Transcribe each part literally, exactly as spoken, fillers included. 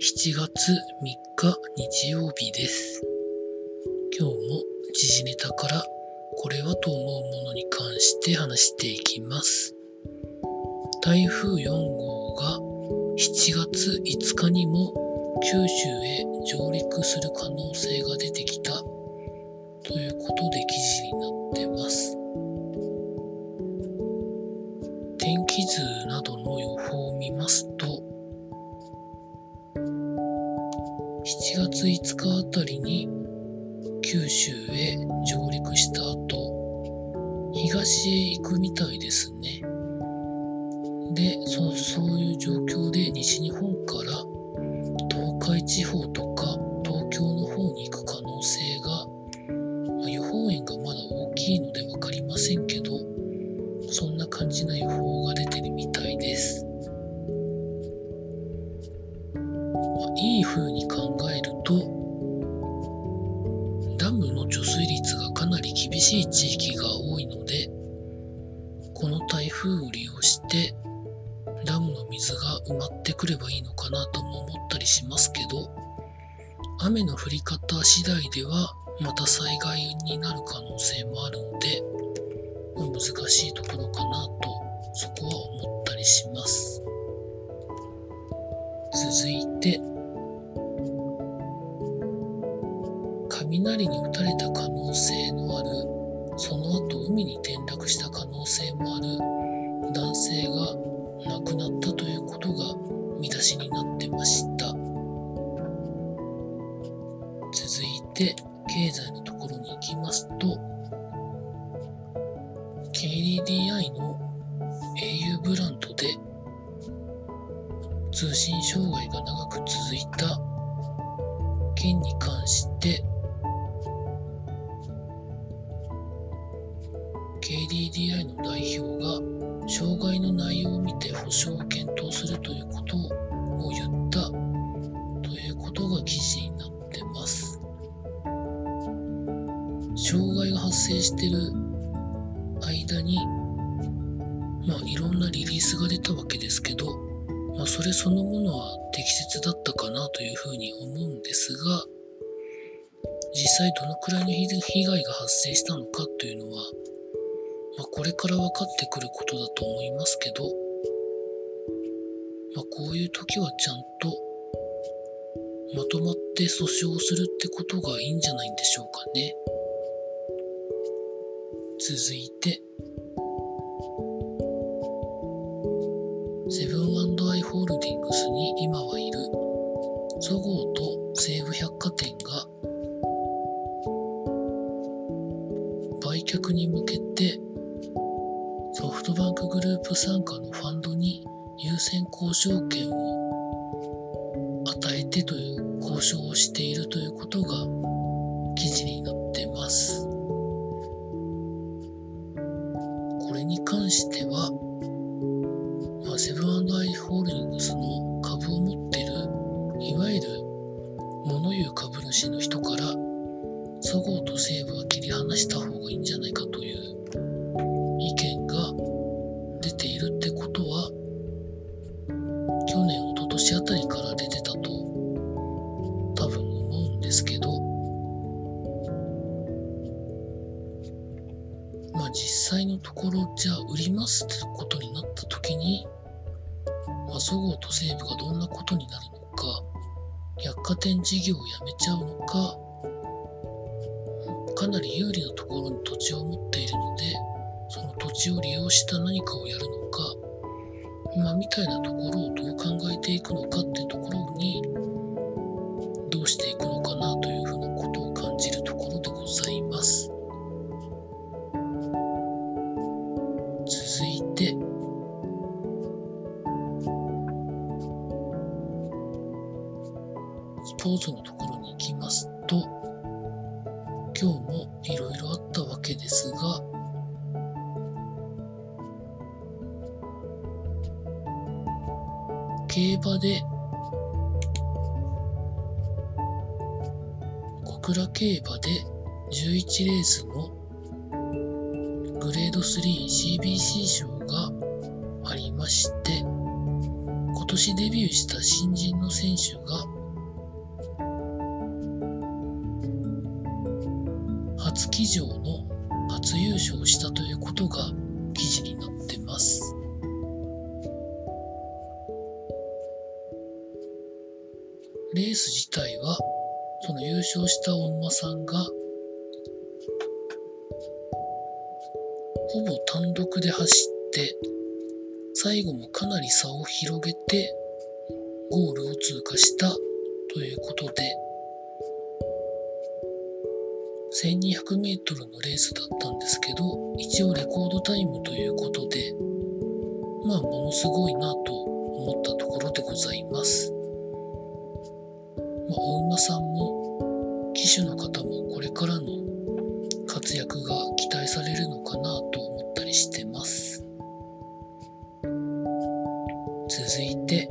しちがつみっか日曜日です。今日も時事ネタからこれはと思うものに関して話していきます。台風よんごうがしちがついつかにも九州へ上陸する可能性が出てきたということで記事になってます。天気図などの予報を見ますと、しちがついつかあたりに九州へ上陸した後、東へ行くみたいですね。で、そ、そういう状況で西日本から東海地方とか東京の方に行く可能性が、まあ、予報円がまだ大きいので分かりませんけど、そんな感じな予報が出てるみたいです。まあ、いい風に考えると、ダムの貯水率がかなり厳しい地域が多いので、この台風を利用してダムの水が埋まってくればいいのかなとも思ったりしますけど、雨の降り方次第ではまた災害になる可能性もあるので、まあ、難しいところかなとそこは思ったりします。続いて、雷に打たれた可能性のある、その後海に転落した可能性もある男性が亡くなったということが見出しになってました。続いて経済のところに行きますと、 ケーディーディーアイ の エーユー ブランドで通信障害が長く続いた件に関して、ケーディーディーアイ の代表が障害の内容を見て補償を検討するということを言ったということが記事になってます。障害が発生している間に、まあいろんなリリースが出たわけですけど、まあそれそのものは適切だったかなというふうに思うんですが、実際どのくらいの被害が発生したのかというのは、まあ、これから分かってくることだと思いますけど、まあ、こういう時はちゃんとまとまって訴訟するってことがいいんじゃないんでしょうかね。続いて、セブン&アイ・ホールディングスに今はいるそごうと西武百貨店が売却に向けてソフトバンクグループ傘下のファンドに優先交渉権を与えてという交渉をしているということが記事になっています。これに関しては、まあ、セブン&アイ・ホールディングスの株を持っているいわゆる物言う株主の人から、そごうと西武は切り離した方がいいんじゃないかという意見が出ているってことは、去年、一昨年あたりから出てたと多分思うんですけど、まあ実際のところ、じゃあ売りますってことになった時に、まあ、そごうと西武がどんなことになるのか、百貨店事業をやめちゃうのか、かなり有利なところに土地を持っているので、その土地を利用した何かをやるのか、まあ、みたいなところをどう考えていくのかっていうところに、どうしていくのかなというふうなことを感じるところでございます。続いて、スポーツのところに行きますと、今日もいろいろあったわけですが、競馬で小倉競馬でじゅういちレースのグレードスリー シービーシー 賞がありまして、今年デビューした新人の選手が初騎乗の初優勝したということが記事になってます。レース自体はその優勝したお馬さんがほぼ単独で走って最後もかなり差を広げてゴールを通過したということで、せんにひゃくメートルのレースだったんですけど、一応レコードタイムということで、まあものすごいなと思ったところでございます。まあ、お馬さんも騎手の方もこれからの活躍が期待されるのかなと思ったりしてます。続いて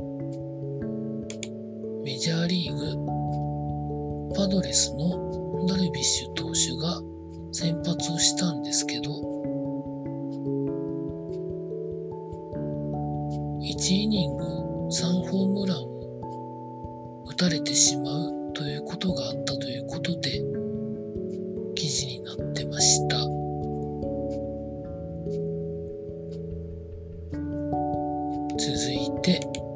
メジャーリーグパドレスのダルビッシュ投手が先発をしたんですけど、いちイニングさんホームランを打たれてしまうということがあったということで記事になってました。続いて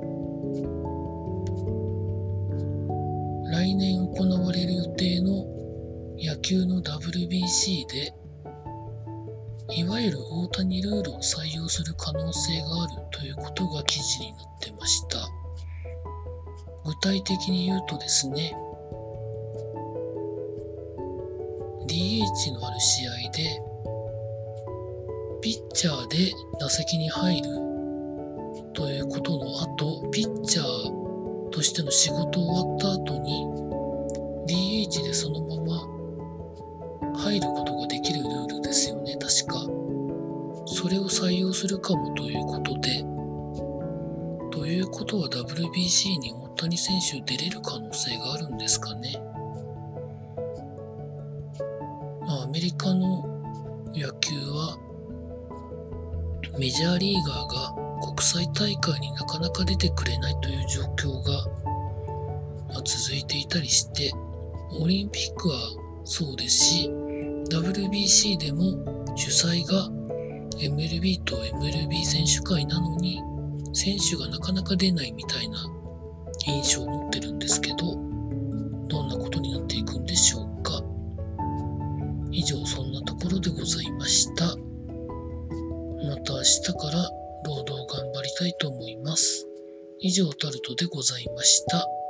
来年行われる予定の野球の ダブリュービーシー でいわゆる大谷ルールを採用する可能性があるということが記事になってました。具体的に言うとですね、 ディーエイチ のある試合でピッチャーで打席に入るということの後、ピッチャーとしての仕事終わった後に ディーエイチ でそのまま入ることができるルールですよね、確か。それを採用するかもということで、ということは ダブリュービーシー に大谷選手出れる可能性があるんですかね。まあ、アメリカの野球はメジャーリーガーが国際大会になかなか出てくれないという状況が、まあ、続いていたりして、オリンピックはそうですし、ダブリュービーシー でも主催が エムエルビー と エムエルビー 選手会なのに選手がなかなか出ないみたいな印象を持ってるんですけど、どんなことになっていくんでしょうか。以上、そんなところでございました。また明日から労働頑張りたいと思います。以上、タルトでございました。